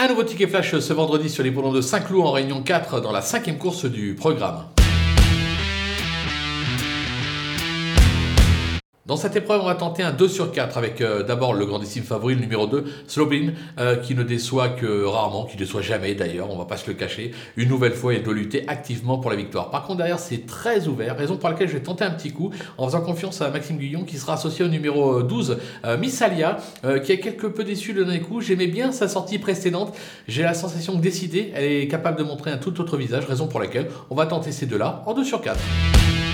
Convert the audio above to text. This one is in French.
Un nouveau ticket flash ce vendredi sur les l'hippodrome de Saint-Cloud en Réunion 4 dans la 5e course du programme. Dans cette épreuve, on va tenter un 2 sur 4 avec d'abord le grandissime favori, le numéro 2, Slobin, qui ne déçoit que rarement, qui ne déçoit jamais d'ailleurs, on va pas se le cacher. Une nouvelle fois, il doit lutter activement pour la victoire. Par contre, derrière, c'est très ouvert, raison pour laquelle je vais tenter un petit coup en faisant confiance à Maxime Guyon qui sera associé au numéro 12, Miss Alia, qui est quelque peu déçu le dernier coup. J'aimais bien sa sortie précédente. J'ai la sensation que décidée, elle est capable de montrer un tout autre visage, raison pour laquelle on va tenter ces deux-là en 2 sur 4.